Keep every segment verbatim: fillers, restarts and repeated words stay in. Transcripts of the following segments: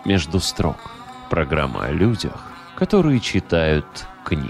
«Между строк» – программа о людях, которые читают книги.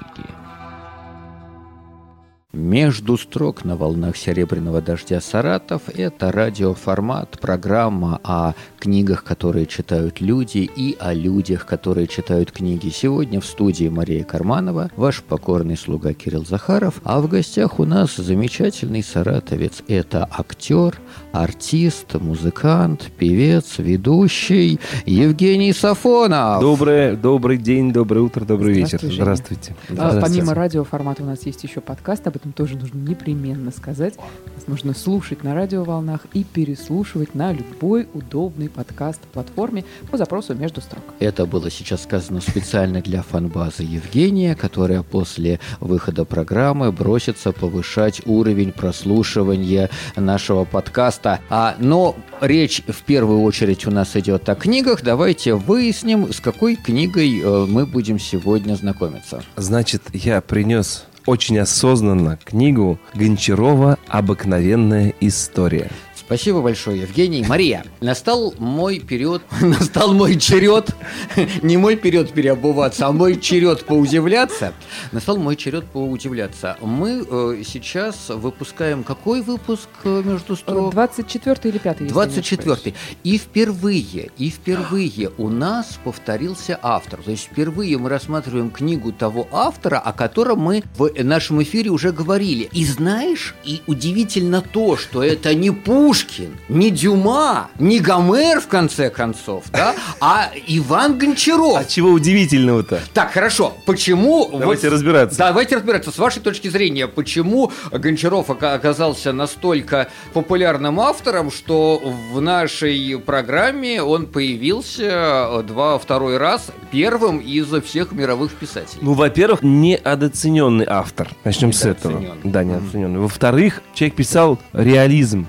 «Между строк» на волнах «Серебряного дождя» Саратов – это радиоформат, программа о книгах, которые читают люди, и о людях, которые читают книги. Сегодня в студии Мария Карманова, ваш покорный слуга Кирилл Захаров, а в гостях у нас замечательный саратовец. Это актер, артист, музыкант, певец, ведущий Евгений Сафонов. Доброе, добрый день, доброе утро, добрый вечер. Женя. Здравствуйте. А, Здравствуйте. Помимо радиоформата у нас есть еще подкаст, об этом тоже нужно непременно сказать. Нас нужно слушать на радиоволнах и переслушивать на любой удобной подкаст-платформе по запросу «Между строк». Это было сейчас сказано специально для фан-базы Евгения, которая после выхода программы бросится повышать уровень прослушивания нашего подкаста. А, но речь в первую очередь у нас идет о книгах. Давайте выясним, с какой книгой э, мы будем сегодня знакомиться. Значит, я принес очень осознанно книгу Гончарова «Обыкновенная история». Спасибо большое, Евгений. Мария, настал мой период, настал мой черед, не мой период переобуваться, а мой черед поудивляться. Настал мой черед поудивляться. Мы э, сейчас выпускаем какой выпуск э, «Между строк»? двадцать четвёртый или пятый? двадцать четвёртый. И впервые, и впервые у нас повторился автор. То есть впервые мы рассматриваем книгу того автора, о котором мы в нашем эфире уже говорили. И знаешь, и удивительно то, что это не Пушкин, не Дюма, не Гомер, в конце концов, да, а Иван Гончаров. А чего удивительного-то? Так, хорошо, почему... Давайте вот, разбираться. Давайте разбираться. С вашей точки зрения, почему Гончаров оказался настолько популярным автором, что в нашей программе он появился два, второй раз первым из всех мировых писателей? Ну, во-первых, недооцененный автор. Начнем с этого. Недооцененный. Да, недооцененный. Во-вторых, человек писал реализм.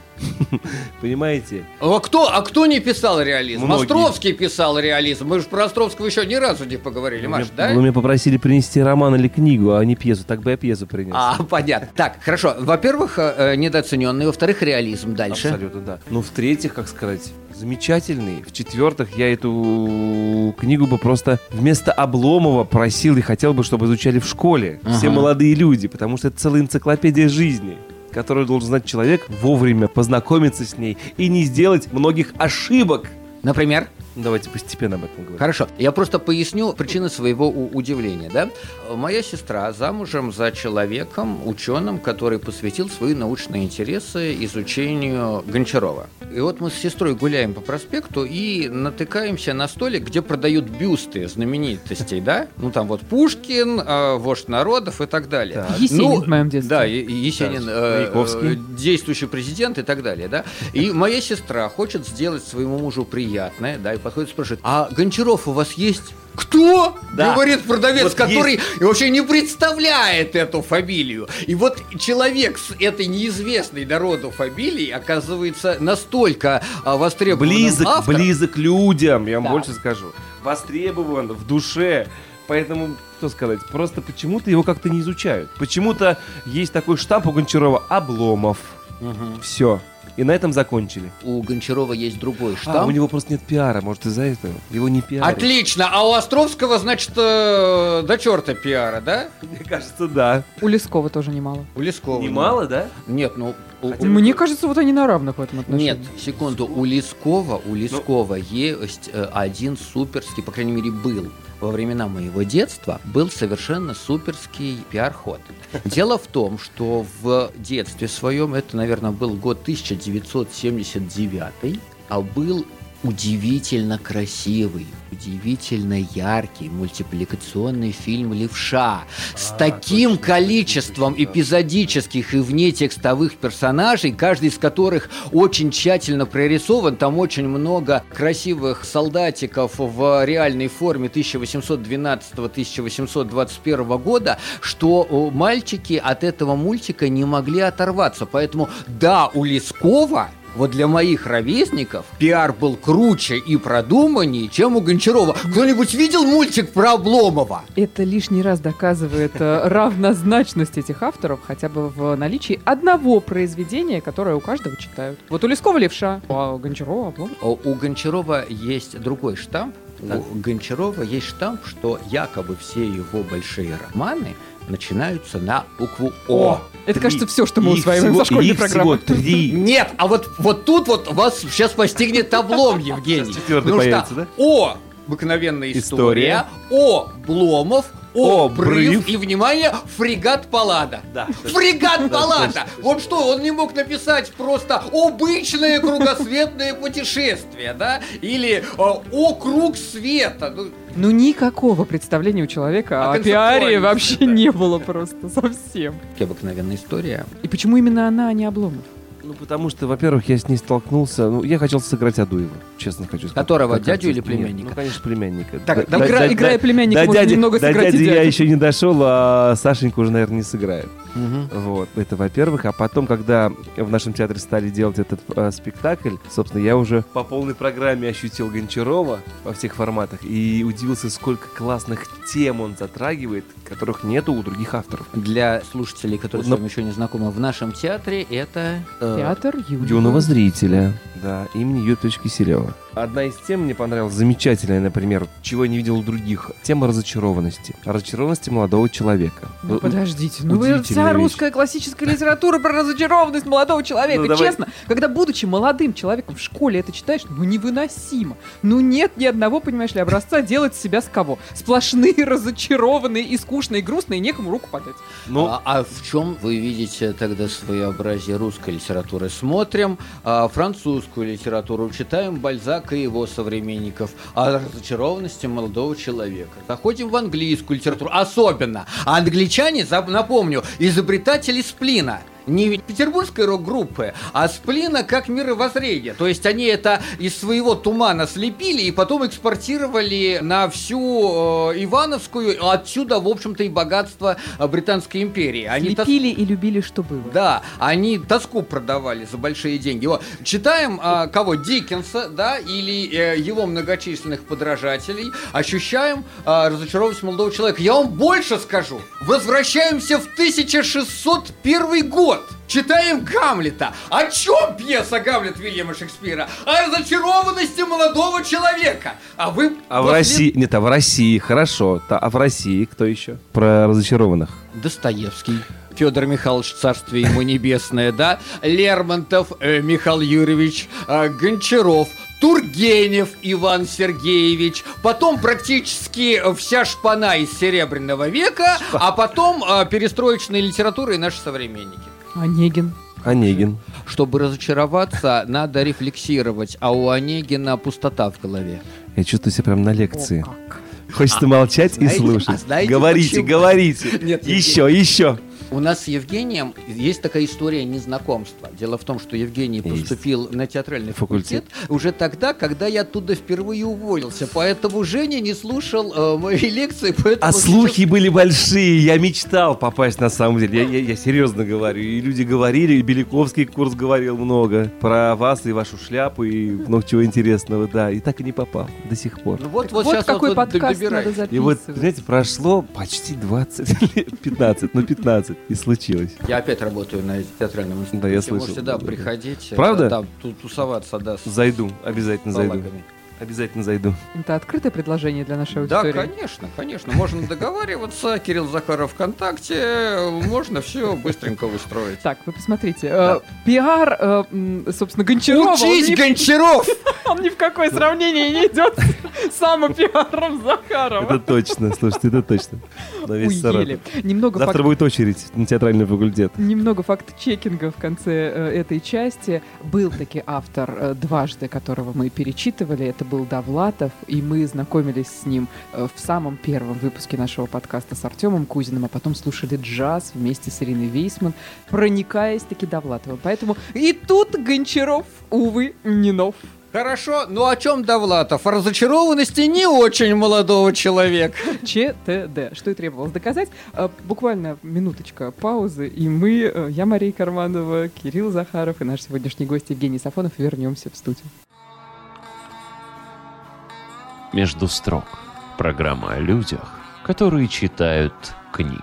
Понимаете? А кто, а кто не писал реализм? Многие. Островский писал реализм. Мы же про Островского еще ни разу не поговорили, Маш, Вы да? меня- Вы меня попросили принести роман или книгу, а не пьесу. Так бы я пьесу принес. А, понятно. Так, хорошо. Во-первых, э, недооцененный. Во-вторых, реализм. Дальше. Абсолютно, да. Ну, в-третьих, как сказать, замечательный. В-четвертых, я эту книгу бы просто вместо Обломова просил и хотел бы, чтобы изучали в школе. Все Ага. молодые люди, потому что это целая энциклопедия жизни, которую должен знать человек, вовремя познакомиться с ней и не сделать многих ошибок. Например? Давайте постепенно об этом говорим. Хорошо. Я просто поясню причины своего у- удивления, да? Моя сестра замужем за человеком, ученым, который посвятил свои научные интересы изучению Гончарова. И вот мы с сестрой гуляем по проспекту и натыкаемся на столик, где продают бюсты знаменитостей, да? Ну, там вот Пушкин, э, вождь народов и так далее. Так. Есенин Ну, в моем детстве. Да, Е- Есенин, Да, э, Маяковский. э, действующий президент и так далее, да? И моя сестра хочет сделать своему мужу приятное, да, и подходит и спрашивает: а Гончаров у вас есть? Кто? Да. Говорит продавец, Вот который вообще не представляет эту фамилию. И вот человек с этой неизвестной народу фамилией оказывается настолько а, востребованным Близок, автором. близок людям, я вам Да. больше скажу. Востребован в душе. Поэтому, что сказать, просто почему-то его как-то не изучают. Почему-то есть такой штамп у Гончарова — Обломов. Мгм. Все. И на этом закончили. У Гончарова есть другой А, штамп. у него просто нет пиара, может, из-за этого? Его не пиарят. Отлично, а у Островского, значит, э, до черта пиара, да? Мне кажется, да. У Лескова тоже немало. У Лескова. Немало, да? Нет, ну... у- Хотя у- бы- Мне кажется, вот они на равных в этом отношении. Нет, секунду, у Лескова, у Лескова есть э, один суперский, по крайней мере, был во времена моего детства, был совершенно суперский пиар-ход. Дело в том, что в детстве своем, это, наверное, был год тысяча девятьсот семьдесят девятый, а был удивительно красивый, удивительно яркий мультипликационный фильм «Левша» с А, таким точно, количеством точно, да. эпизодических и внетекстовых персонажей, каждый из которых очень тщательно прорисован. Там очень много красивых солдатиков в реальной форме тысяча восемьсот двенадцатого — тысяча восемьсот двадцать первого года, что о, мальчики от этого мультика не могли оторваться. Поэтому да, у Лескова Вот для моих ровесников пиар был круче и продуманнее, чем у Гончарова. Кто-нибудь видел мультик про Обломова? Это лишний раз доказывает э, равнозначность этих авторов хотя бы в наличии одного произведения, которое у каждого читают. Вот у Лескова левша, а у Гончарова Обломов. У у Гончарова есть другой штамп. Так. У Гончарова есть штамп, что якобы все его большие романы начинаются на букву О. Это, Три. кажется, все, что мы Их усваиваем всего- со школьной их программы. всего три. Нет, а вот, вот тут вот вас сейчас постигнет облом, Евгений. Сейчас четвертый Потому появится, что да? О — обыкновенная история, История. О — Обломов, О — Обрыв. Брыв и, внимание, фрегат Паллада. Да. Фрегат Паллада! точно, Вот что, он не мог написать просто обычное кругосветное путешествие, да? Или э, О круг света. Ну, Ну, никакого представления у человека О о пиаре концептуальности, вообще да. не было просто совсем. обыкновенная история. И почему именно она, а не Обломов? Ну, потому что, во-первых, я с ней столкнулся. Ну, я хотел сыграть Адуева, честно хочу сказать. Которого, Как дядю или артист. Нет, племянника? Ну, конечно, племянника. Так, Да- да, Игра- да- играя да- племянника, до можно дяди- немного до сыграть и дяди я дядю. еще не дошел, а Сашенька уже, наверное, не сыграет. Мгм. Вот, это во-первых. А потом, когда в нашем театре стали делать этот э, спектакль, собственно, я уже по полной программе ощутил Гончарова во всех форматах и удивился, сколько классных тем он затрагивает, которых нету у других авторов. Для слушателей, которые Но- с вами еще не знакомы, в нашем театре это... э, Театр юного, Юного зрителя. Да, имени Юрия Киселева. Одна из тем мне понравилась, замечательная, например, чего я не видел у других. Тема разочарованности. Разочарованности молодого человека. Ну, Э, подождите, ну вы удивительная вся вещь. русская классическая литература про разочарованность молодого человека. Ну, давай. Честно, когда, будучи молодым человеком в школе это читаешь, ну невыносимо. Ну нет ни одного, понимаешь ли, образца делать себя с кого. Сплошные, разочарованные и скучные, и грустные, некому руку подать. Ну, а, а в чем вы видите тогда своеобразие русской литературы? Смотрим а, французскую литературу, читаем Бальзака и его современников о разочарованности молодого человека. Заходим в английскую литературу, особенно. А англичане, за- напомню, изобретатели сплина. Не петербургской рок-группы, а сплина как мировоззрение. То есть они это из своего тумана слепили и потом экспортировали на всю э, Ивановскую, отсюда, в общем-то, и богатство э, Британской империи. Они тос- Лепили и любили, что было. Да, они тоску продавали за большие деньги. Вот, читаем а, кого? Диккенса, да, или э, его многочисленных подражателей, ощущаем а, разочарованность молодого человека. Я вам больше скажу. Возвращаемся в тысяча шестьсот первый год. Читаем Гамлета. О чем пьеса Гамлет Вильяма Шекспира? О разочарованности молодого человека. А вы... а в после- России... Нет, а в России, хорошо. Та- а в России кто еще? Про разочарованных. Достоевский. Федор Михайлович, царствие ему небесное, да? Лермонтов, э, Михаил Юрьевич, э, Гончаров, Тургенев Иван Сергеевич, потом практически вся шпана из Серебряного века, а потом э, перестроечная литература и наши современники. Онегин. Онегин. Чтобы разочароваться, надо рефлексировать, а у Онегина пустота в голове. Я чувствую себя прям на лекции. О, как. Хочется молчать знаете- и слушать. а знаете говорите, почему? говорите. Нет, еще, еще. У нас с Евгением есть такая история незнакомства. Дело в том, что Евгений Есть. поступил на театральный факультет, Факультет. уже тогда, когда я оттуда впервые уволился. Поэтому Женя не слушал э, мои лекции. Поэтому А сейчас- слухи были большие, я мечтал попасть на самом деле, я, я- я серьезно говорю, и люди говорили, и Беляковский курс говорил много про вас и вашу шляпу, и много чего интересного, да, и так и не попал до сих пор. Ну вот, Вот, вот, сейчас какой вот подкаст добирай. надо И вот, записывать. знаете, прошло почти двадцать лет, пятнадцать, ну пятнадцать, и случилось. Я опять работаю на театральном институте. Да, я слышал. Можете, да, приходить. Правда? э, Да, ту- тусоваться, да, с Зайду, обязательно зайду, салагами. обязательно зайду. Это открытое предложение для нашей Да, аудитории. конечно, конечно. Можно договариваться. Кирилл Захаров ВКонтакте. Можно все быстренько устроить. Так, вы посмотрите. э, пиар, э, м, собственно, Гончарова, он Учись, ни, Гончаров! он ни в какое сравнение не идет с самопиаром Захарова. Это точно, слушайте, это точно. На весь Уели. Саратов. Немного Завтра факт- будет очередь на театральный факультет. Немного факт-чекинга в конце э, этой части. Был таки автор э, дважды, которого мы перечитывали. Это был Довлатов, и мы знакомились с ним э, в самом первом выпуске нашего подкаста с Артемом Кузиным, а потом слушали джаз вместе с Ириной Вейсман, проникаясь таки Довлатовым. Поэтому и тут Гончаров, увы, не нов. Хорошо, ну о чем Довлатов? О разочарованности не очень молодого человека. ЧТД. Что и требовалось доказать. А, Буквально минуточка паузы, и мы, э, я Мария Карманова, Кирилл Захаров и наш сегодняшний гость Евгений Сафонов вернемся в студию. «Между строк» — программа о людях, которые читают книги.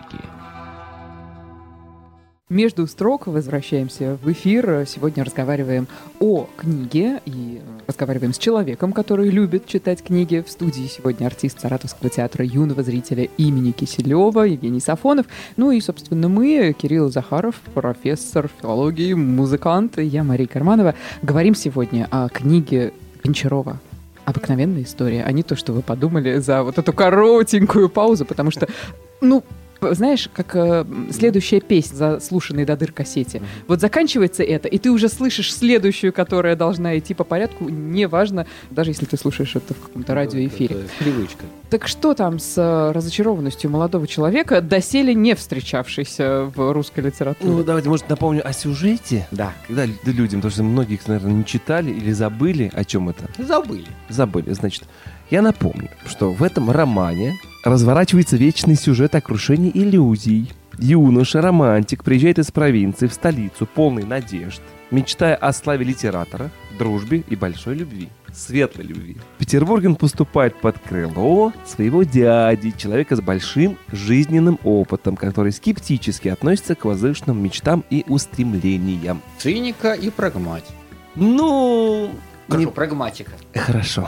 Между строк возвращаемся в эфир. Сегодня разговариваем о книге и разговариваем с человеком, который любит читать книги. В студии сегодня артист Саратовского театра юного зрителя имени Киселева Евгений Сафонов. Ну и, собственно, мы, Кирилл Захаров, профессор филологии, музыкант, и я, Мария Карманова, говорим сегодня о книге Гончарова. Обыкновенная история, а не то, что вы подумали за вот эту коротенькую паузу, потому что, ну, знаешь, как э, следующая песня, заслушанная до дыр кассете. Mm-hmm. Вот заканчивается это, и ты уже слышишь следующую, которая должна идти по порядку, неважно, даже если ты слушаешь это в каком-то радиоэфире. Это привычка. Так что там с э, разочарованностью молодого человека, доселе не встречавшейся в русской литературе? Ну, давайте, может, напомню о сюжете? Да. Когда людям, потому что многие, наверное, не читали или забыли, о чем это? Забыли. Забыли, значит. Я напомню, что в этом романе разворачивается вечный сюжет о крушении иллюзий. Юноша-романтик приезжает из провинции в столицу, полный надежд, мечтая о славе литератора, дружбе и большой любви. Светлой любви. В Петербурге он поступает под крыло своего дяди, человека с большим жизненным опытом, который скептически относится к возвышенным мечтам и устремлениям. Циника и прагматика. Ну... Хорошо, не... прагматика. Хорошо.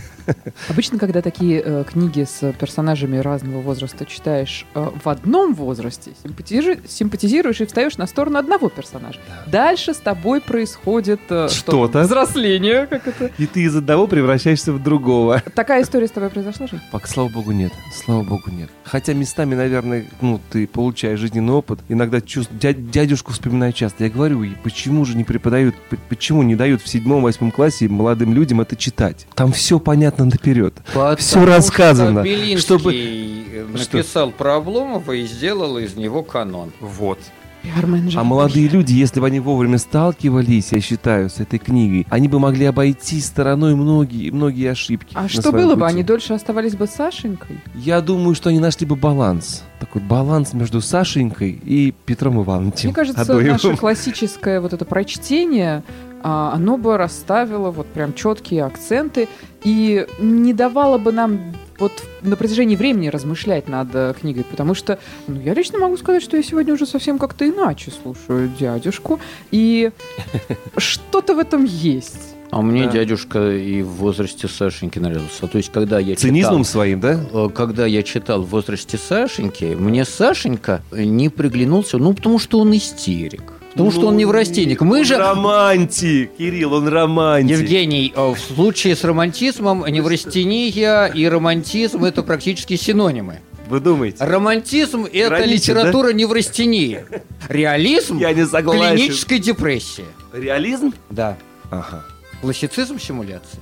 Обычно, когда такие э, книги с персонажами разного возраста читаешь э, в одном возрасте, симпатизи- симпатизируешь и встаешь на сторону одного персонажа. Да. Дальше с тобой происходит э, Что-то. Взросление, как это. И ты из одного превращаешься в другого. Такая история с тобой произошла же? Пока, слава богу, нет. Слава богу, нет. Хотя местами, наверное, ну, ты получаешь жизненный опыт. Иногда чувств... Дядь, дядюшку вспоминаю часто. Я говорю, и почему же не преподают, почему не дают в седьмом-восьмом классе молодым людям это читать? Там все понятно наперед. Потому все рассказано. Что Белинский чтобы... написал что? Про Обломова и сделал из него канон. Вот. А молодые люди, если бы они вовремя сталкивались, я считаю, с этой книгой, они бы могли обойти стороной многие, многие ошибки. А что было пути. бы? Они дольше оставались бы с Сашенькой? Я думаю, что они нашли бы баланс. Такой баланс между Сашенькой и Петром Ивановичем. Мне кажется, Адоевым. Наше классическое вот это прочтение, оно бы расставило вот прям четкие акценты и не давало бы нам вот на протяжении времени размышлять над э, книгой, потому что ну, я лично могу сказать, что я сегодня уже совсем как-то иначе слушаю дядюшку, и что-то в этом есть. А мне да. дядюшка и в возрасте Сашеньки нравился. То есть, когда я Цинизмом читал, своим, да? Когда я читал в возрасте Сашеньки, мне Сашенька не приглянулся, ну, потому что он истерик. Потому ну, что он неврастенник. Мы он же... романтик, Кирилл, он романтик. Евгений, в случае с романтизмом неврастения и романтизм – это практически синонимы. Вы думаете? Романтизм – это литература да? неврастении. Реализм – клиническая депрессия. Реализм? Да. Ага. Классицизм – симуляция.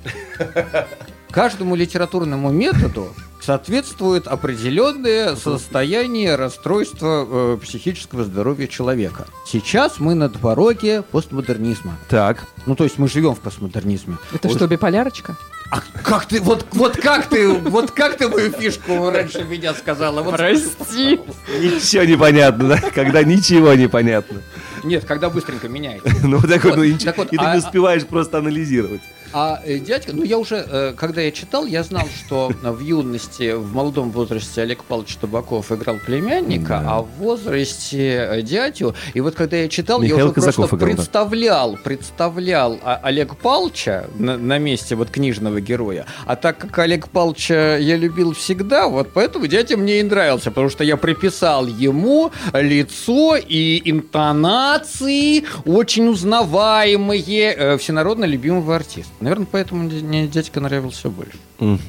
Каждому литературному методу соответствует определенное состояние расстройства э, психического здоровья человека. Сейчас мы на пороге постмодернизма. Так. Ну, то есть мы живем в постмодернизме. Это вот. Что, биполярочка? А как ты, вот, вот как ты, вот как ты мою фишку раньше меня сказала? Вот прости. Ничего не понятно, да? Когда ничего не понятно. Нет, когда быстренько меняется. Ну, так вот, и ты не успеваешь просто анализировать. А э, дядька, ну я уже, э, когда я читал, я знал, что в юности, в молодом возрасте Олег Павлович Табаков играл племянника, да. а в возрасте дядю, и вот когда я читал, Михаил я уже Казаков просто играл, представлял, да. представлял Олега Павловича на, на месте вот книжного героя, а так как Олег Павловича я любил всегда, вот поэтому дядя мне и нравился, потому что я приписал ему лицо и интонации очень узнаваемые э, всенародно любимого артиста. Наверное, поэтому мне дядька нравился больше. Угу.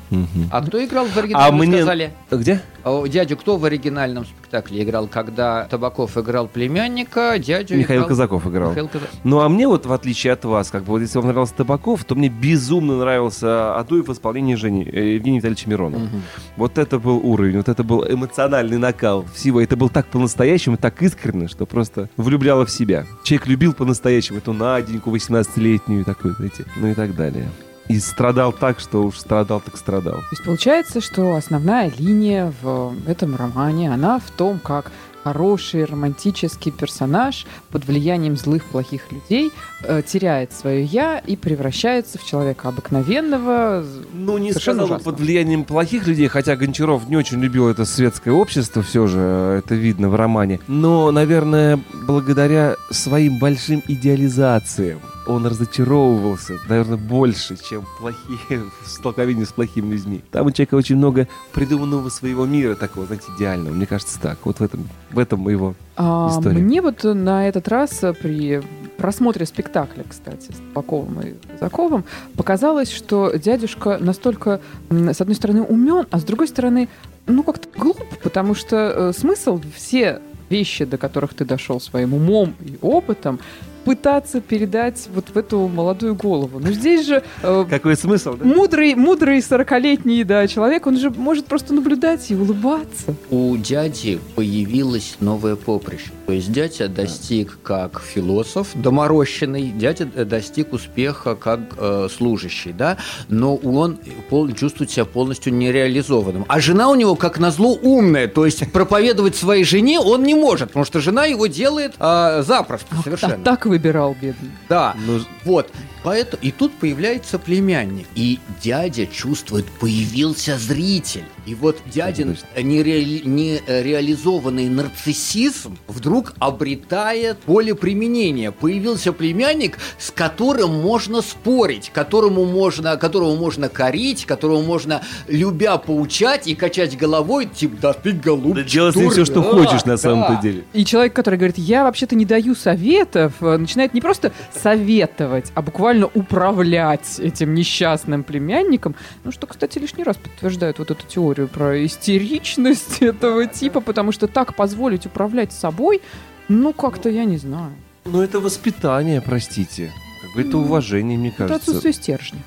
Мгм. А кто играл в оригинале, А вы мне- сказали? Где? А дядю кто в оригинальном спектакле играл? Когда Табаков играл племянника, дядю Михаил играл... Казаков играл. Михаил Каза- Ну, а мне вот, в отличие от вас, как бы, вот если вам нравился Табаков, то мне безумно нравился Адуев в исполнении Жени, э, Евгения Витальевича Миронова. Мгм. Вот это был уровень, вот это был эмоциональный накал всего. Это был так по-настоящему, так искренне, что просто влюбляло в себя. Человек любил по-настоящему эту Наденьку восемнадцатилетнюю, такую, знаете, ну и так далее. И страдал так, что уж страдал, так страдал. То есть получается, что основная линия в этом романе, она в том, как хороший романтический персонаж под влиянием злых, плохих людей э, теряет свое «я» и превращается в человека обыкновенного. Ну, не Совершенно сказал бы ужасно. под влиянием плохих людей, хотя Гончаров не очень любил это светское общество, все же это видно в романе. Но, наверное, благодаря своим большим идеализациям он разочаровывался, наверное, больше, чем плохие в столкновении с плохими людьми. Там у человека очень много придуманного своего мира, такого, знаете, идеального. Мне кажется, так. Вот в этом, в этом его А история. мне вот на этот раз э, при просмотре спектакля, кстати, с Табаковым и Казаковым, показалось, что дядюшка настолько, м, с одной стороны, умен, а с другой стороны, ну, как-то глуп, потому что э, смысл все вещи, до которых ты дошел своим умом и опытом, пытаться передать вот в эту молодую голову. Но здесь же э, Какой смысл, да? мудрый, мудрый сорокалетний да, человек, он же может просто наблюдать и улыбаться. У дяди появилось новое поприще. То есть дядя достиг как философ доморощенный, дядя достиг успеха как э, служащий, да, но он пол, чувствует себя полностью нереализованным. А жена у него, как назло, умная, то есть проповедовать своей жене он не может, потому что жена его делает э, запросто совершенно. А так выбирал, бедный. Да, Ну, вот. Поэтому и тут появляется племянник, и дядя чувствует, появился зритель. И вот дядин нереали- нереализованный нарциссизм вдруг обретает поле применения. Появился племянник, с которым можно спорить, которому можно, которого можно корить, которого можно, любя, поучать и качать головой, типа, да ты голубчик. Да делай с ним дурак». все, что хочешь, на Да. самом-то деле. И человек, который говорит, я вообще-то не даю советов, э, начинает не просто советовать, а буквально управлять этим несчастным племянником. Ну, что, кстати, лишний раз подтверждает вот эту теорию про истеричность этого типа, потому что так позволить управлять собой, ну, как-то я не знаю. Ну, это воспитание, простите. Как бы это Ну, уважение, мне Это кажется. отсутствие стержня.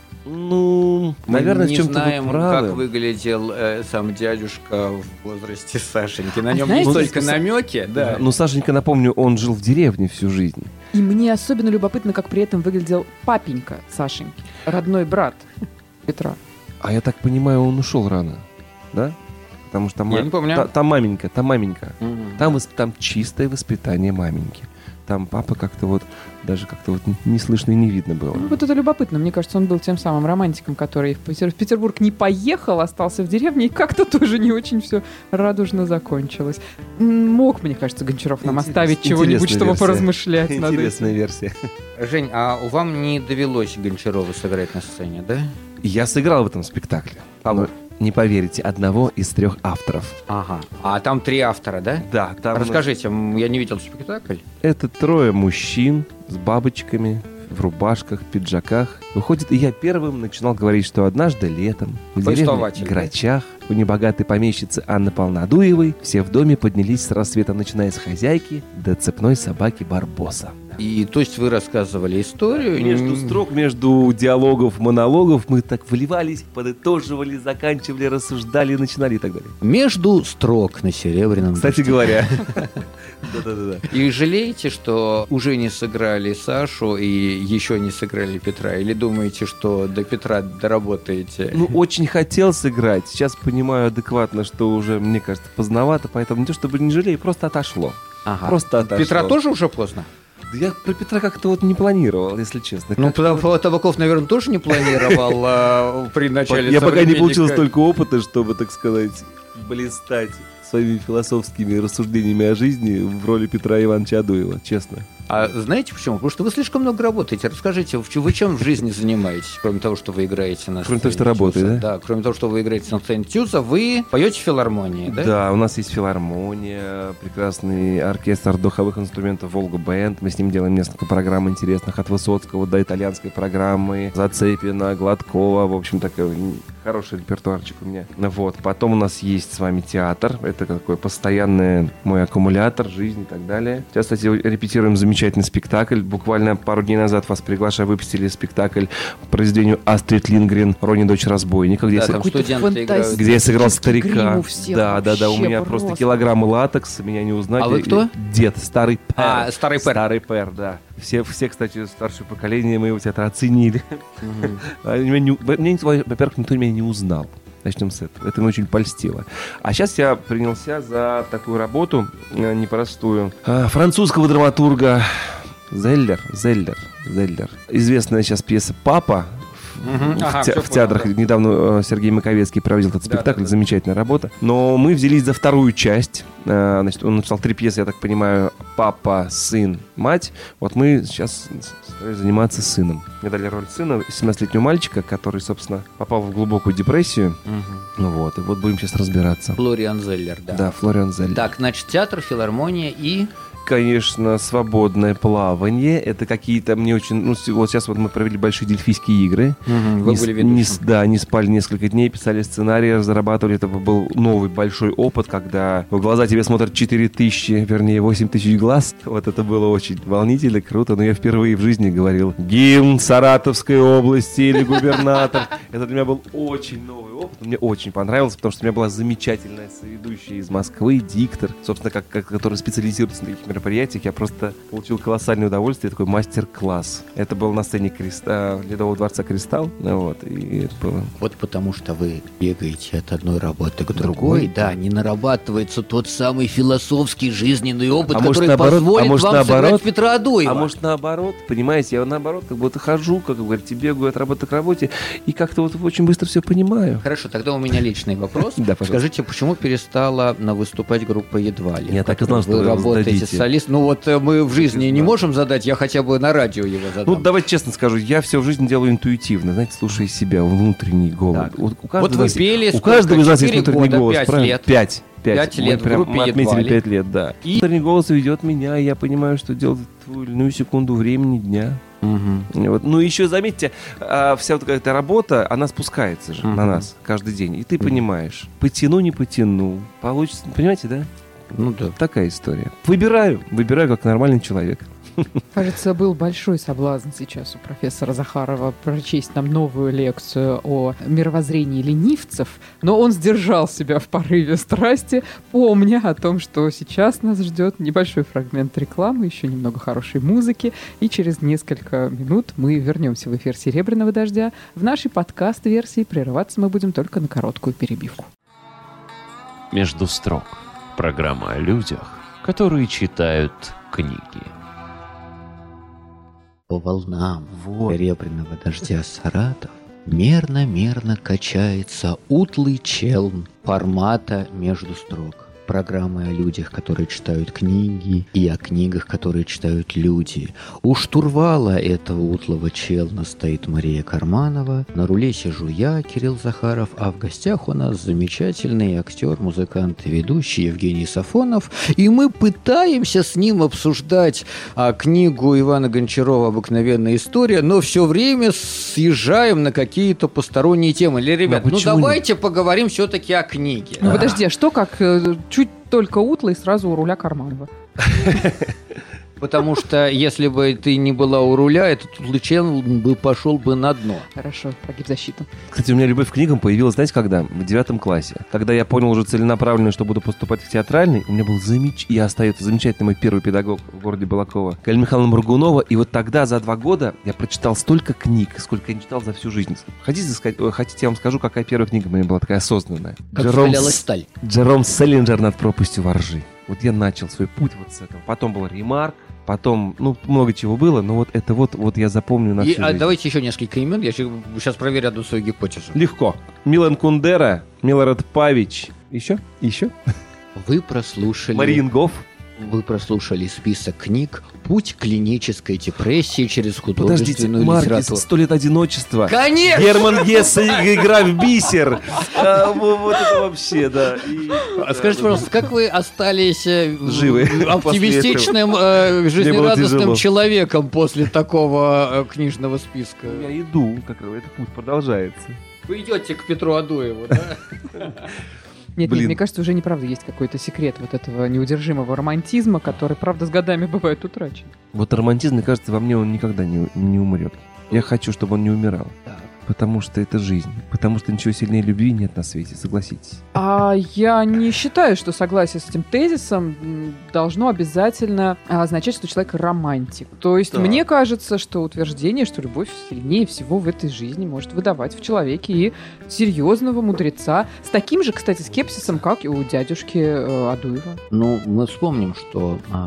Ну, Мы наверное, в не чем-то знаем, вы правы. как выглядел э, сам дядюшка в возрасте Сашеньки. На А нем знаете, есть только Са- намеки, да. Ну, Сашенька, напомню, он жил в деревне всю жизнь. И мне особенно любопытно, как при этом выглядел папенька Сашеньки, родной брат Петра. А я так понимаю, он ушел рано, да? Потому что там, Я ма- не помню. та- там маменька, там маменька. Мгм. Там, восп- там чистое воспитание маменьки. Там папа как-то вот, даже как-то вот не слышно и не видно было. Ну, вот это любопытно. Мне кажется, он был тем самым романтиком, который в Петер- в Петербург не поехал, остался в деревне, и как-то тоже не очень все радужно закончилось. М, Мог, мне кажется, Гончаров нам Интерес- оставить чего-нибудь, интересная чтобы версия. поразмышлять над Интересная этим. версия. Жень, а вам не довелось Гончарова сыграть на сцене, да? Я сыграл в этом спектакле. Кого? Но, не поверите, одного из трех авторов. Ага. А там три автора, да? Да, там... Расскажите, м, я не видел спектакль. Это трое мужчин с бабочками, в рубашках, пиджаках. Выходит, и я первым начинал говорить, что однажды летом в деревне Повествователь, да? Грачах у небогатой помещицы Анны Полнодуевой все в доме поднялись с рассвета, начиная с хозяйки до цепной собаки Барбоса. И то есть вы рассказывали историю. Между м, строк, между диалогов, монологов мы так вливались, подытоживали, заканчивали, рассуждали, начинали и так далее. Между строк на Серебряном. Кстати говоря. Да-да-да. И жалеете, что уже не сыграли Сашу и еще не сыграли Петра? Или думаете, что до Петра доработаете? Ну, очень хотел сыграть. Сейчас понимаю адекватно, что уже, мне кажется, поздновато, поэтому не то чтобы не жалею, просто отошло. Ага. Просто отошло. Петра тоже уже поздно? Да я про Петра как-то вот не планировал, если честно. Ну, Как-то потому- Табаков, наверное, тоже не планировал а, при начале Я пока не получил «Современника». столько опыта, чтобы, так сказать, блистать своими философскими рассуждениями о жизни в роли Петра Ивановича Адуева, честно. А знаете почему? Потому что вы слишком много работаете. Расскажите, в чё- вы чем в жизни занимаетесь, кроме того, что вы играете на сцене Кроме того, что работаете, Тюза? да? Да, кроме того, что вы играете на сцене Тюза, вы поете в филармонии, да? Да, у нас есть филармония, прекрасный оркестр духовых инструментов «Волга Бэнд». Мы с ним делаем несколько программ интересных, от Высоцкого до итальянской программы, Зацепина, Гладкова. В общем, такая Хороший репертуарчик у меня. Вот. Потом у нас есть с вами театр. Это такой постоянный мой аккумулятор жизни и так далее. Сейчас, кстати, репетируем замечательный спектакль. Буквально пару дней назад вас приглашаю, выпустили спектакль по произведению Астрид Линдгрен «Рони, дочь разбойника», где, Да, я, там студенты играют. где я сыграл старика. Всех, Да, да, да. У меня просто, просто килограммы латекса, меня не узнать. А вы кто? Дед, старый пэр. А, старый пэр. Старый пэр, да. Все, все, кстати, старшее поколение моего театра оценили. Во-первых, никто меня не узнал. Начнем с этого. Это меня очень польстило. А сейчас я принялся за такую работу непростую. Французского драматурга Зеллер. Зеллер. Зеллер. Известная сейчас пьеса «Папа». Uh-huh. В, ага, те, в театрах. Да. Недавно Сергей Маковецкий проводил этот спектакль, да, да, да. Замечательная работа. Но мы взялись за вторую часть. Значит, он написал три пьесы, я так понимаю: «Папа», «Сын», «Мать». Вот мы сейчас стараемся заниматься сыном. Мне дали роль сына, семнадцатилетнего мальчика, который, собственно, попал в глубокую депрессию. Uh-huh. Ну вот, и вот будем сейчас разбираться. Флориан Зеллер, да. Да, Флориан Зеллер. Так, значит, театр, филармония и... Конечно, свободное плавание. Это какие-то мне очень... Ну, вот сейчас вот мы провели большие дельфийские игры. Угу, вы не, были не, ведущим. Да, не спали несколько дней, писали сценарии, разрабатывали. Это был новый большой опыт, когда в глаза тебе смотрят четыре тысячи, вернее, восемь тысяч глаз. Вот это было очень волнительно, круто. Но я впервые в жизни говорил гимн Саратовской области или губернатор. Это для меня был очень новый опыт. Мне очень понравилось, потому что у меня была замечательная соведущая из Москвы, диктор, собственно, как, как, который специализируется на таких мероприятиях. Я просто получил колоссальное удовольствие, такой мастер-класс. Это был на сцене Креста, Ледового дворца «Кристалл». Вот, и это было... вот потому что вы бегаете от одной работы к другой, другой, да, не нарабатывается тот самый философский жизненный опыт, а который наоборот, позволит а может, вам наоборот, сыграть Петра Адуева. А может наоборот, понимаете, я наоборот как будто хожу, как вы говорите, бегаю от работы к работе, и как-то вот очень быстро все понимаю. Хорошо, тогда у меня личный вопрос. Скажите, почему перестала выступать группа «Едва ли»? Я так и знал, что вы работаете с солистом. Ну вот мы в жизни не можем задать, я хотя бы на радио его задам. Ну давайте честно скажу, я все в жизни делаю интуитивно, знаете, слушая себя, внутренний голос. Вот, вот вы пели, у каждого из нас есть внутренний года, голос, пять правильно? Лет. Пять. Пять. Пять лет мы, прям, в группе мы отметили «Едва ли». пять лет, да. И внутренний голос ведет меня, и я понимаю, что делать в ту или иную секунду времени дня. Угу. Вот. Ну, еще заметьте, а, вся вот эта работа, она спускается же угу. на нас каждый день. И ты угу. понимаешь, потяну, не потяну. Получится, понимаете, да? Ну да. Такая история. Выбираю, выбираю как нормальный человек. Кажется, был большой соблазн сейчас у профессора Захарова прочесть нам новую лекцию о мировоззрении ленивцев, но он сдержал себя в порыве страсти, помня о том, что сейчас нас ждет небольшой фрагмент рекламы, еще немного хорошей музыки, и через несколько минут мы вернемся в эфир «Серебряного дождя». В нашей подкаст-версии прерываться мы будем только на короткую перебивку. «Между строк» — программа о людях, которые читают книги. По волнам вот. Серебряного дождя Саратов мерно-мерно качается утлый челн формата «Между строк». Программы о людях, которые читают книги, и о книгах, которые читают люди. У штурвала этого утлого челна стоит Мария Карманова, на руле сижу я, Кирилл Захаров, а в гостях у нас замечательный актер, музыкант и ведущий Евгений Сафонов, и мы пытаемся с ним обсуждать а, книгу Ивана Гончарова «Обыкновенная история», но все время съезжаем на какие-то посторонние темы. Или, ребят, ну давайте не? поговорим все-таки о книге. Ну, подожди, а что как... Чуть только утла и сразу у руля Карманова. Потому что если бы ты не была у руля, этот утлый бы пошел бы на дно. Хорошо, прогиб защиту. Кстати, у меня любовь к книгам появилась, знаете, когда? В девятом классе. Когда я понял уже целенаправленно, что буду поступать в театральный, у меня был замеч... и остается замечательный мой первый педагог в городе Балаково, Галина Михайловна Моргунова. И вот тогда, за два года, я прочитал столько книг, сколько я не читал за всю жизнь. Хотите, сказать... хотите я вам скажу, какая первая книга у меня была такая осознанная? Как закалялась сталь. Джером Селлинджер «Над пропастью воржи». Вот я начал свой путь вот с этого. Потом был Ремарк. Потом, ну, много чего было, но вот это вот, вот я запомню на всю жизнь. А давайте еще несколько имен, я сейчас проверю одну свою гипотезу. Легко. Милан Кундера, Милорад Павич. Еще? Еще? Вы прослушали... Мариенгоф. Вы прослушали список книг «Путь клинической депрессии через художественную Подождите, литературу». Маркес, «Сто лет одиночества». Конечно! Герман Гессе, «Игра в бисер». А, вот это вообще, да. И, а скажите, пожалуйста, как вы остались живы, оптимистичным, э, жизнерадостным человеком после такого э, книжного списка? Я иду, как этот путь продолжается. Вы идете к Петру Адуеву, да? Нет, Блин. нет, мне кажется, уже неправда есть какой-то секрет вот этого неудержимого романтизма, который, правда, с годами бывает утрачен. Вот романтизм, мне кажется, во мне он никогда не, не умрет. Я хочу, чтобы он не умирал. Так. Потому что это жизнь. Потому что ничего сильнее любви нет на свете, согласитесь. А я не считаю, что согласие с этим тезисом м, должно обязательно а, означать, что человек романтик. То есть Да. мне кажется, что утверждение, что любовь сильнее всего в этой жизни может выдавать в человеке и серьезного мудреца. С таким же, кстати, скепсисом, как и у дядюшки э, Адуева. Ну, мы вспомним, что а,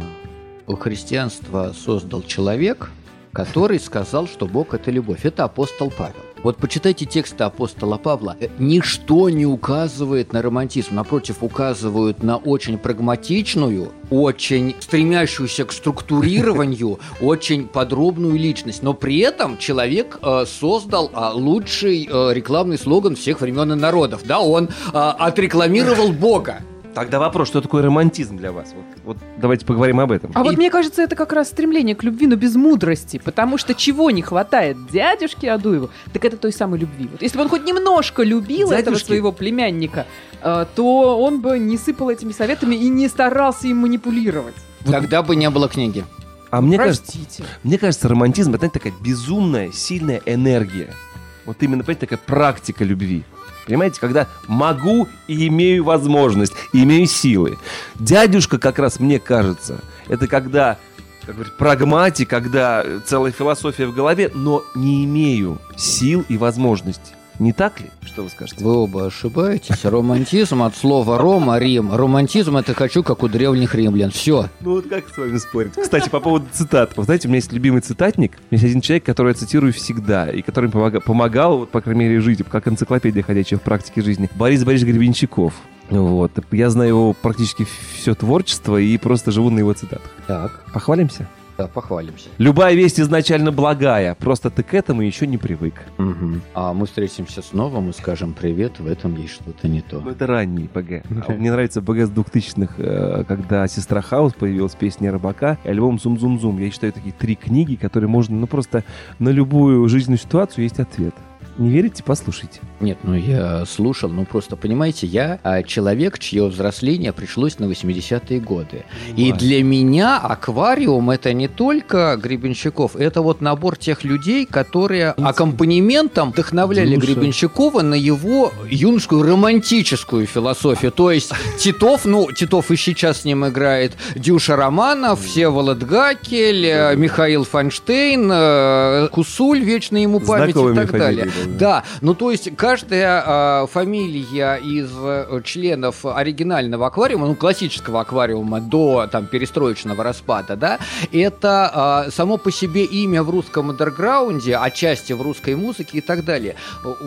христианство создал человек, который сказал, что Бог – это любовь. Это апостол Павел. Вот почитайте тексты апостола Павла. Ничто не указывает на романтизм. Напротив, указывают на очень прагматичную, очень стремящуюся к структурированию, очень подробную личность. Но при этом человек э, создал э, лучший э, рекламный слоган всех времен и народов. Да, он э, отрекламировал Бога. Тогда вопрос, что такое романтизм для вас? Вот, вот давайте поговорим об этом. А вот И- мне кажется, это как раз стремление к любви, но без мудрости. Потому что чего не хватает дядюшке Адуеву, так это той самой любви. Вот если бы он хоть немножко любил этого Дядюшки. своего племянника, э, то он бы не сыпал этими советами и не старался им манипулировать. Тогда бы не было книги. А мне кажется, Простите. мне кажется, романтизм это знаете, такая безумная, сильная энергия. Вот именно, понимаете, такая практика любви. Понимаете, когда могу и имею возможность, и имею силы. Дядюшка, как раз мне кажется, это когда, как говорят, прагматик, когда целая философия в голове, но не имею сил и возможностей. Не так ли? Что вы скажете? Вы оба ошибаетесь. Романтизм от слова «Рома», «Рим». Романтизм – это «хочу, как у древних римлян». Все. Ну вот как с вами спорить? Кстати, по поводу цитат. Вы знаете, у меня есть любимый цитатник. У меня есть один человек, который я цитирую всегда, и который мне помога- помогал, вот, по крайней мере, жить, как энциклопедия ходячая в практике жизни. Борис Борисович Гребенщиков. Вот. Я знаю его практически все творчество и просто живу на его цитатах. Так, Похвалимся? да, похвалимся. Любая весть изначально благая, просто ты к этому еще не привык. Мгм. А мы встретимся снова, мы скажем привет, в этом есть что-то не то. Ну, это ранний ПГ. А мне нравится ПГ с двухтысячных, э, когда «Сестра Хаус» появилась, песня Рыбака, и альбом «Зум-зум-зум». Я считаю, такие три книги, которые можно, ну, просто на любую жизненную ситуацию есть ответ. Не верите? Послушайте. Нет, ну я слушал, ну просто, понимаете, я а, человек, чье взросление пришлось на восьмидесятые годы. И для меня аквариум — это не только Гребенщиков, это вот набор тех людей, которые аккомпанементом вдохновляли Душа. Гребенщикова на его юношескую романтическую философию. То есть Титов, ну, Титов и сейчас с ним играет Дюша Романов, Всеволод Гакель, э, Михаил Файнштейн, э, Кусуль, вечная ему память и Знакомыми так далее. фамилиями, Да, ну то есть каждая э, фамилия из э, членов оригинального аквариума, ну классического аквариума до там перестроечного распада, да, это э, само по себе имя в русском андерграунде, отчасти в русской музыке и так далее.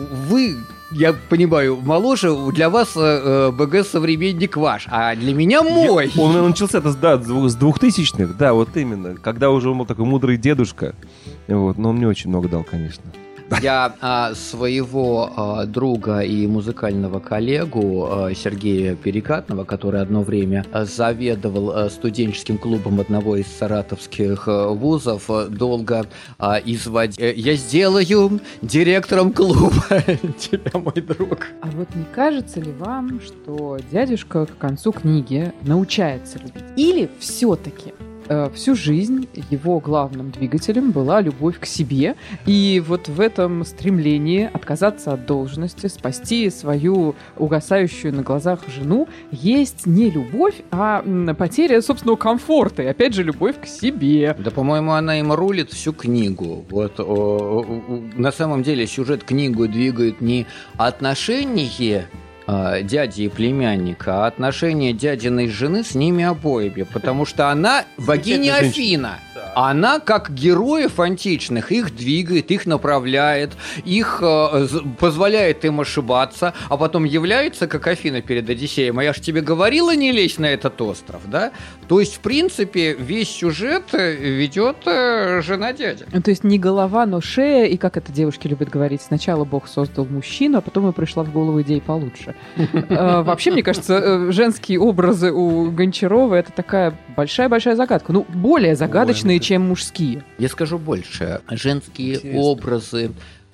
Вы, я понимаю, моложе, для вас э, БГ современник ваш, а для меня мой. Я- он начался это, да, с двухтысячных, да, вот именно. Когда уже он был такой мудрый дедушка. Вот, но он мне очень много дал, конечно. Я а, своего а, друга и музыкального коллегу а, Сергея Перекатного, который одно время а, заведовал а, студенческим клубом одного из саратовских а, вузов, а, долго а, изводил. Я сделаю директором клуба тебя, мой друг. А вот не кажется ли вам, что дядюшка к концу книги научается любить? Или все-таки э, всю жизнь его главным двигателем была любовь к себе, и вот в этом стремлении отказаться от должности, спасти свою угасающую на глазах жену, есть не любовь, а м, потеря собственного комфорта, и опять же любовь к себе. Да, по-моему, она им рулит всю книгу. Вот, о, о, о, на самом деле сюжет книгу двигает не отношения а, дяди и племянника, а отношения дядиной жены с ними обоими, потому что она богиня Замечательная Афина. Она, как героев античных, их двигает, их направляет, их э, з- позволяет им ошибаться, а потом является, как Афина перед Одиссеем. А я ж тебе говорила, не лезь на этот остров, да? То есть, в принципе, весь сюжет э, ведет э, жена дяди. Ну, то есть не голова, но шея, и как это девушки любят говорить, сначала Бог создал мужчину, а потом ему пришла в голову идея получше. Э, Вообще, мне кажется, э, женские образы у Гончарова — это такая большая-большая загадка. Ну, более загадочные, чем мужские. Я скажу больше. Женские Интересно. образы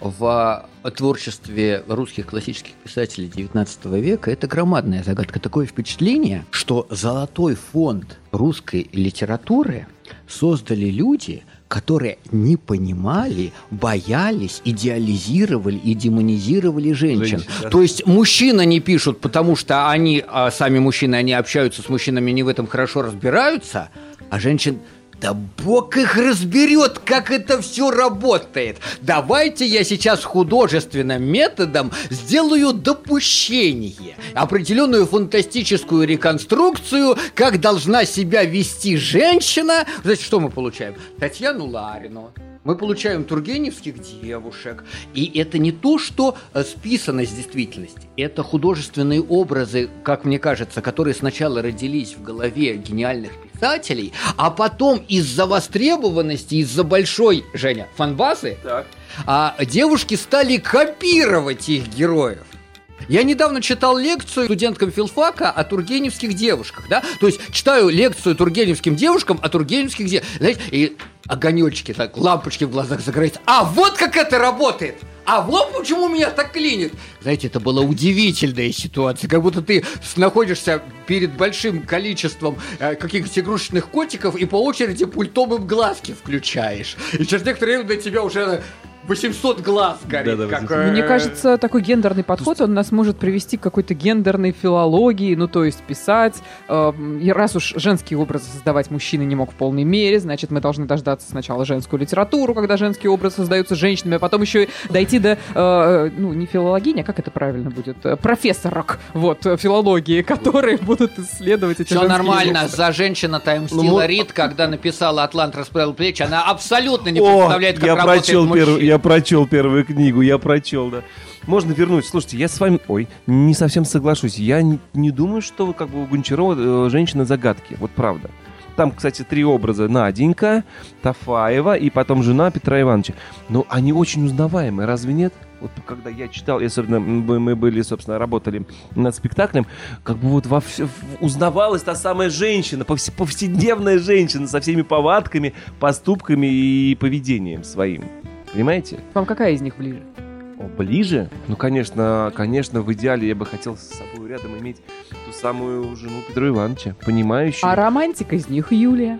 в творчестве русских классических писателей девятнадцатого века это громадная загадка. Такое впечатление, что золотой фонд русской литературы создали люди, которые не понимали, боялись, идеализировали и демонизировали женщин. Женщин, да. То есть мужчины не пишут, потому что они, а сами мужчины, они общаются с мужчинами, не в этом хорошо разбираются, а женщин... Да бог их разберет, как это все работает. Давайте я сейчас художественным методом сделаю допущение, определенную фантастическую реконструкцию, как должна себя вести женщина. Значит, что мы получаем? Татьяну Ларину. Мы получаем тургеневских девушек. И это не то, что списано с действительности. Это художественные образы, как мне кажется, которые сначала родились в голове гениальных писателей, а потом из-за востребованности, из-за большой, Женя, фанбазы, Так. а девушки стали копировать их героев. Я недавно читал лекцию студенткам филфака о тургеневских девушках, да? То есть читаю лекцию тургеневским девушкам о тургеневских девушках, знаете, и огонечки, так, лампочки в глазах загораются. А вот как это работает! А вот почему меня так клинит. Знаете, это была удивительная ситуация, как будто ты находишься перед большим количеством э, каких-то игрушечных котиков и по очереди пультом им глазки включаешь. И через некоторое время до тебя уже восемьсот глаз горит. Да, да, как, восемьсот. э, Мне кажется, такой гендерный подход, он нас может привести к какой-то гендерной филологии, ну, то есть писать. Э, и раз уж женские образы создавать мужчины не мог в полной мере, значит, мы должны дождаться сначала женскую литературу, когда женские образы создаются женщинами, а потом еще и дойти до, э, ну, не филологини, а как это правильно будет, профессорок, вот, филологии, которые будут исследовать эти Все женские нормально, образы. за женщина-то мстила Ну, Рид, когда написала «Атлант расправил плечи», она абсолютно не О, представляет, как я работает прочел, мужчина. перв... я прочел первую книгу, я прочел, да. Можно вернуть. Слушайте, я с вами, ой, не совсем соглашусь. Я не, не думаю, что как бы у Гончарова э, женщина-загадки. Вот правда. Там, кстати, три образа. Наденька, Тафаева и потом жена Петра Ивановича. Но они очень узнаваемые, разве нет? Вот когда я читал, и особенно мы были, собственно, работали над спектаклем, как бы вот во все, узнавалась та самая женщина, повс- повседневная женщина со всеми повадками, поступками и поведением своим. Понимаете? Вам какая из них ближе? О, ближе? Ну, конечно, конечно, в идеале я бы хотел с собой рядом иметь ту самую жену Петра Ивановича, понимающую. А романтика из них Юлия.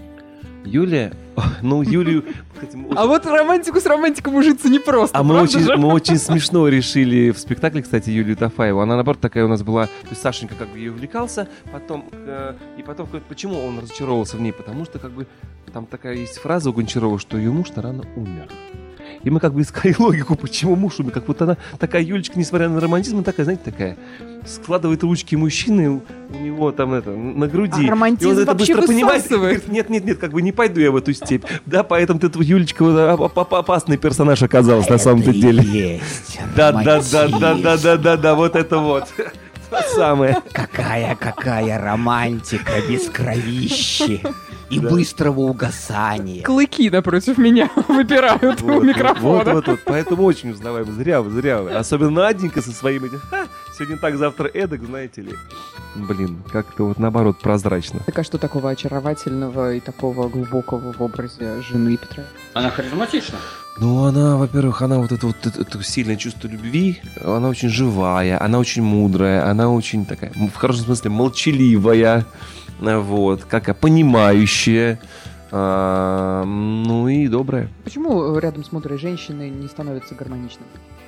Юлия? Ну, Юлию... кстати, мы очень- А вот романтику с романтиком ужиться непросто, А мы правда очень, же? мы очень смешно решили в спектакле, кстати, Юлию Тафаеву. Она, наоборот, такая у нас была... То есть Сашенька как бы ей увлекался, потом... э, и потом, почему он разочаровался в ней? Потому что, как бы, там такая есть фраза у Гончарова, что ее муж-то рано умер. И мы как бы искали логику, почему муж умер. Как вот она, такая Юлечка, несмотря на романтизм, она такая, знаете, такая... Складывает ручки мужчины у, у него там это, на груди. А романтизм И он это вообще быстро понимает. и высасывает. Говорит, нет, нет, нет, как бы не пойду я в эту степь. Да, поэтому ты, Юлечка, вот, оп- оп- опасный персонаж оказалась на самом-то деле. Есть Да, да, да, да, да, да, да, да, вот это вот. То самое. Какая-какая романтика без кровищи и Да. быстрого угасания. Клыки напротив меня выпирают у Вот, микрофона. Вот, вот, вот, поэтому очень узнаваем. Зря вы, зря вы. Особенно Наденька со своим этим. «Ха, сегодня так, завтра эдак, знаете ли. Блин, как-то вот наоборот прозрачно. Так а что такого очаровательного и такого глубокого в образе жены Петра? Она харизматична. Ну, она, во-первых, она вот это вот это, это сильное чувство любви, она очень живая, она очень мудрая, она очень такая, в хорошем смысле, молчаливая, вот, какая понимающая, а, ну и добрая. Почему рядом с мудрой женщиной не становится гармоничным?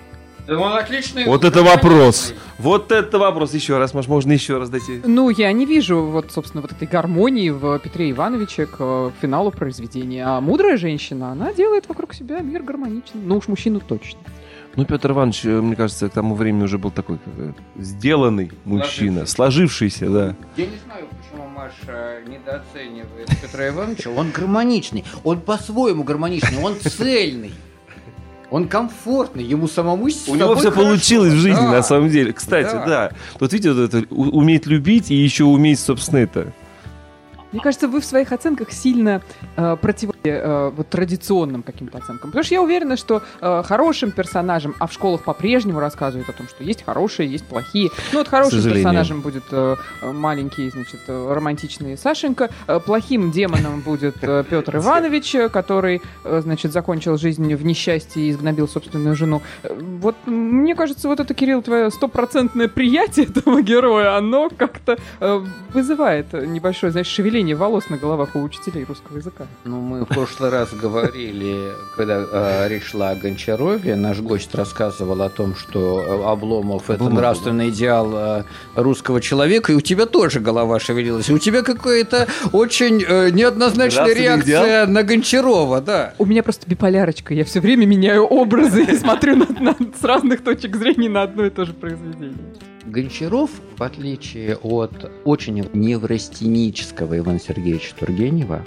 Он отличный. Вот это вопрос. Вот это вопрос. Еще раз, может, можно еще раз дайте. Ну, я не вижу, вот, собственно, вот этой гармонии в Петре Ивановиче к э, финалу произведения. А мудрая женщина, она делает вокруг себя мир гармоничным. Ну уж мужчину точно. Ну, Петр Иванович, э, мне кажется, к тому времени уже был такой как бы, сделанный мужчина, сложившийся, да. Я не знаю, почему Маша недооценивает Петра Ивановича. Он гармоничный. Он по-своему гармоничный. Он цельный. Он комфортный, ему самому с У собой него все хорошо. получилось в жизни, Да. на самом деле. Кстати, Да. да. Вот видите, вот это у- уметь любить и еще уметь, собственно, это. Мне кажется, вы в своих оценках сильно э, против э, вот, традиционным каким-то оценкам. Потому что я уверена, что э, хорошим персонажам, а в школах по-прежнему рассказывают о том, что есть хорошие, есть плохие. Ну вот хорошим персонажем будет э, маленький, значит, романтичный Сашенька, э, плохим демоном будет э, Петр Иванович, который, э, значит, закончил жизнь в несчастье и изгнобил собственную жену. Э, вот мне кажется, вот это, Кирилл, твое стопроцентное приятие этого героя, оно как-то э, вызывает небольшое, знаешь, шевеление волос на головах у учителей русского языка. Ну, мы в прошлый раз говорили, когда э, речь шла о Гончарове, наш гость рассказывал о том, что Обломов – это нравственный идеал э, русского человека, и у тебя тоже голова шевелилась. И у тебя какая-то очень э, неоднозначная реакция идеал? На Гончарова, да. У меня просто биполярочка, я все время меняю образы и смотрю на, на, с разных точек зрения на одно и то же произведение. Гончаров, в отличие от очень неврастенического Ивана Сергеевича Тургенева,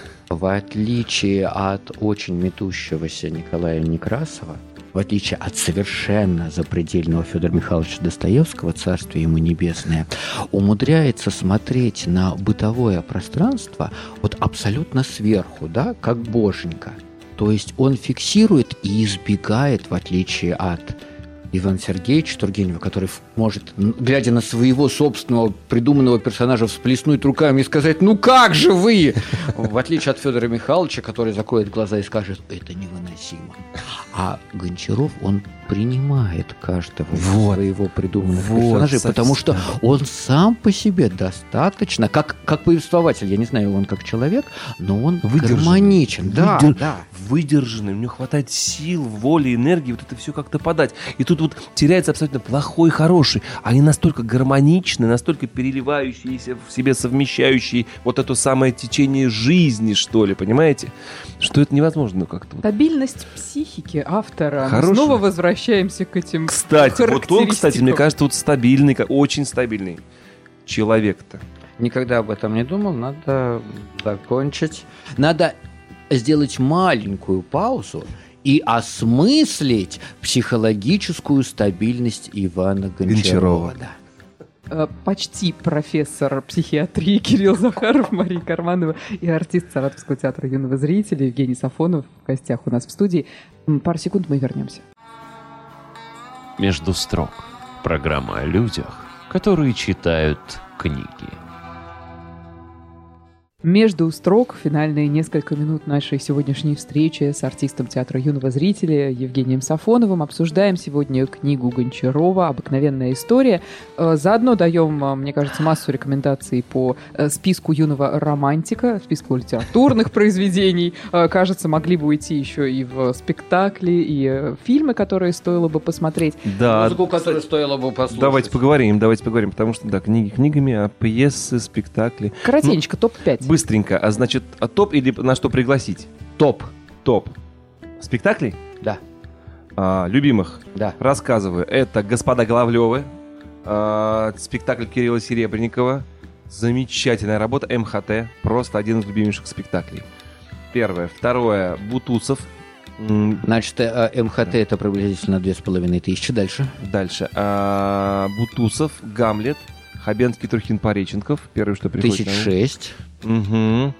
в отличие от очень метущегося Николая Некрасова, в отличие от совершенно запредельного Федора Михайловича Достоевского, царствие ему небесное, умудряется смотреть на бытовое пространство вот абсолютно сверху, да, как боженька. То есть он фиксирует и избегает, в отличие от Ивана Сергеевича Тургенева, который может, глядя на своего собственного придуманного персонажа, всплеснуть руками и сказать: «Ну как же вы!» В отличие от Федора Михайловича, который закроет глаза и скажет: «Это невыносимо». А Гончаров, он принимает каждого вот. своего придуманного вот, персонажа, совсем. Потому что он сам по себе достаточно, как, как повествователь, я не знаю, он как человек, но он выдержанный. гармоничен. Да, Выдер... да. Выдержанный, у него хватает сил, воли, энергии вот это все как-то подать. И тут вот теряется абсолютно плохой и хороший. Они настолько гармоничны, настолько переливающиеся в себе, совмещающие вот это самое течение жизни, что ли, понимаете? Что это невозможно как-то. Стабильность психики автора. Хороший. Мы снова возвращаемся к этим Кстати, вот он, кстати, мне кажется, вот стабильный, очень стабильный человек-то. Никогда об этом не думал, надо закончить. Надо сделать маленькую паузу и осмыслить психологическую стабильность Ивана Гончарова. Гончарова. Да. Почти профессор психиатрии Кирилл Захаров, Мария Карманова и артист Саратовского театра юного зрителя Евгений Сафонов в гостях у нас в студии. Пару секунд, мы вернемся. «Между строк» – программа о людях, которые читают книги. Между строк финальные несколько минут нашей сегодняшней встречи с артистом театра юного зрителя Евгением Сафоновым. Обсуждаем сегодня книгу Гончарова «Обыкновенная история». Заодно даем, мне кажется, массу рекомендаций по списку юного романтика, списку литературных произведений. Кажется, могли бы уйти еще и в спектакли, и фильмы, которые стоило бы посмотреть. Да. Музыку, которую стоило бы послушать. Давайте поговорим, давайте поговорим, потому что, да, книги книгами, а пьесы, спектакли. Коротенечко, ну, топ пять. Быстренько. А значит, а топ или на что пригласить? Топ. Топ. Спектаклей? Да. А, любимых? Да. Рассказываю. Это «Господа Головлёвы», а, спектакль Кирилла Серебренникова. Замечательная работа. эм ха тэ. Просто один из любимейших спектаклей. Первое. Второе. Бутусов. Значит, эм ха тэ это приблизительно две с половиной тысячи. Дальше. Дальше. А, Бутусов. Гамлет. Хабенский, Трухин, Пореченков. Первое, что приходит. Тысяч шесть. Угу.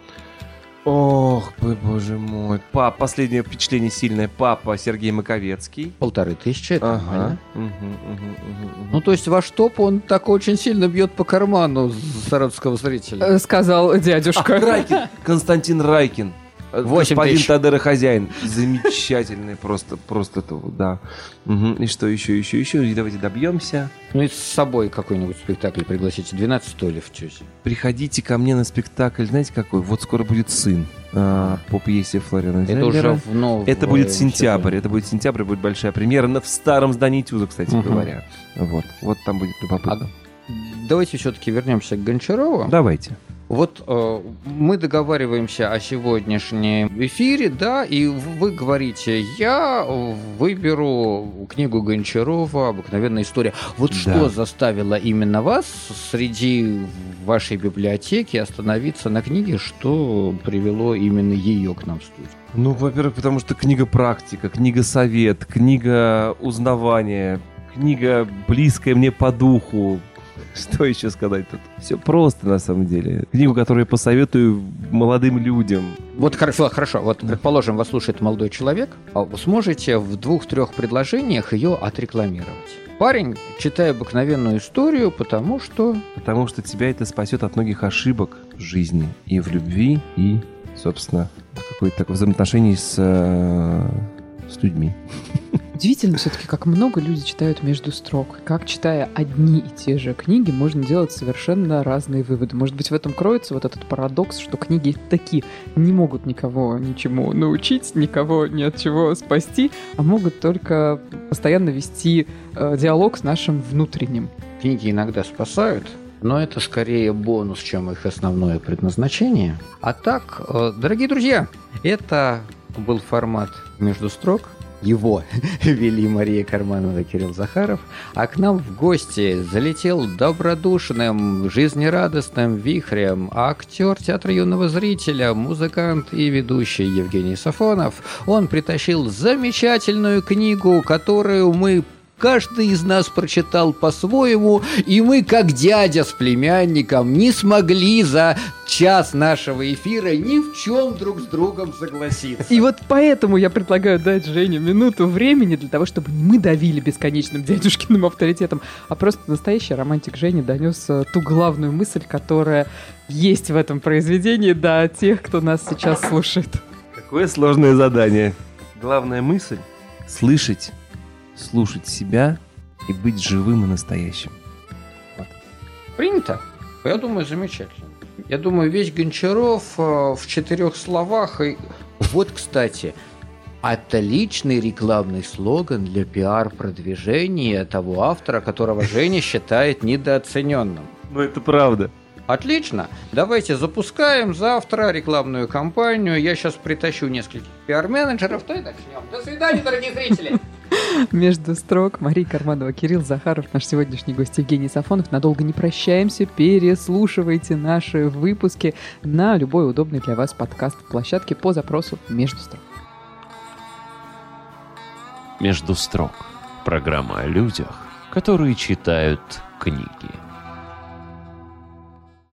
Ох, боже мой. Пап, последнее впечатление сильное. Папа Сергей Маковецкий. Полторы тысячи, это ага. нормально. Угу, угу, угу. Ну, то есть ваш топ, он так очень сильно бьет по карману саратовского зрителя. Сказал дядюшка. А, Райкин. Константин Райкин. Господин Тадера хозяин. Замечательный просто, просто это, да. Угу. И что еще, еще, еще? И давайте добьемся. Ну и с собой какой-нибудь спектакль пригласите. двенадцать то ли в тёсе. Приходите ко мне на спектакль, знаете какой? Вот скоро будет «Сын» а, по пьесе Флориана Это уже в новом. Это будет сентябрь. Это будет сентябрь, будет большая премьера в старом здании ТЮЗа, кстати угу. говоря. Вот. Вот там будет любопытно. А давайте все-таки вернемся к Гончарову. Давайте. Вот э, мы договариваемся о сегодняшнем эфире, да, и вы говорите: я выберу книгу Гончарова «Обыкновенная история». Вот да. Что заставило именно вас среди вашей библиотеки остановиться на книге, что привело именно ее к нам в студию? Ну, во-первых, потому что книга практика, книга совет, книга узнавания, книга близкая мне по духу. Что еще сказать тут? Все просто на самом деле. Книгу, которую я посоветую молодым людям. Вот хорошо, хорошо. Вот, предположим, вас слушает молодой человек, а вы сможете в двух-трех предложениях ее отрекламировать. Парень, читая обыкновенную историю, потому что... Потому что тебя это спасет от многих ошибок в жизни. И в любви, и, собственно, в какой-то такой взаимоотношении с, с людьми. Удивительно все-таки, как много люди читают между строк. Как, читая одни и те же книги, можно делать совершенно разные выводы. Может быть, в этом кроется вот этот парадокс, что книги такие не могут никого ничему научить, никого ни от чего спасти, а могут только постоянно вести э, диалог с нашим внутренним. Книги иногда спасают, но это скорее бонус, чем их основное предназначение. А так, э, дорогие друзья, это был формат «Между строк». Его вели Мария Карманова и Кирилл Захаров, а к нам в гости залетел добродушным, жизнерадостным вихрем актер театра юного зрителя, музыкант и ведущий Евгений Сафонов. Он притащил замечательную книгу, которую мы... Каждый из нас прочитал по-своему, и мы, как дядя с племянником, не смогли за час нашего эфира ни в чем друг с другом согласиться. И вот поэтому я предлагаю дать Жене минуту времени для того, чтобы не мы давили бесконечным дядюшкиным авторитетом, а просто настоящий романтик Женя донес ту главную мысль, которая есть в этом произведении, до тех, кто нас сейчас слушает. Какое сложное задание. Главная мысль — слышать, слушать себя и быть живым и настоящим. Вот. Принято? Я думаю, замечательно. Я думаю, весь Гончаров э, в четырех словах. И... Вот, кстати, отличный рекламный слоган для пиар-продвижения того автора, которого Женя считает недооцененным. Ну, это правда. Отлично. Давайте запускаем завтра рекламную кампанию. Я сейчас притащу нескольких пиар-менеджеров, то и начнем. До свидания, дорогие зрители. Между строк Мария Карманова, Кирилл Захаров, наш сегодняшний гость Евгений Сафонов. Надолго не прощаемся, переслушивайте наши выпуски на любой удобной для вас подкаст-площадке по запросу «Между строк». «Между строк» — программа о людях, которые читают книги.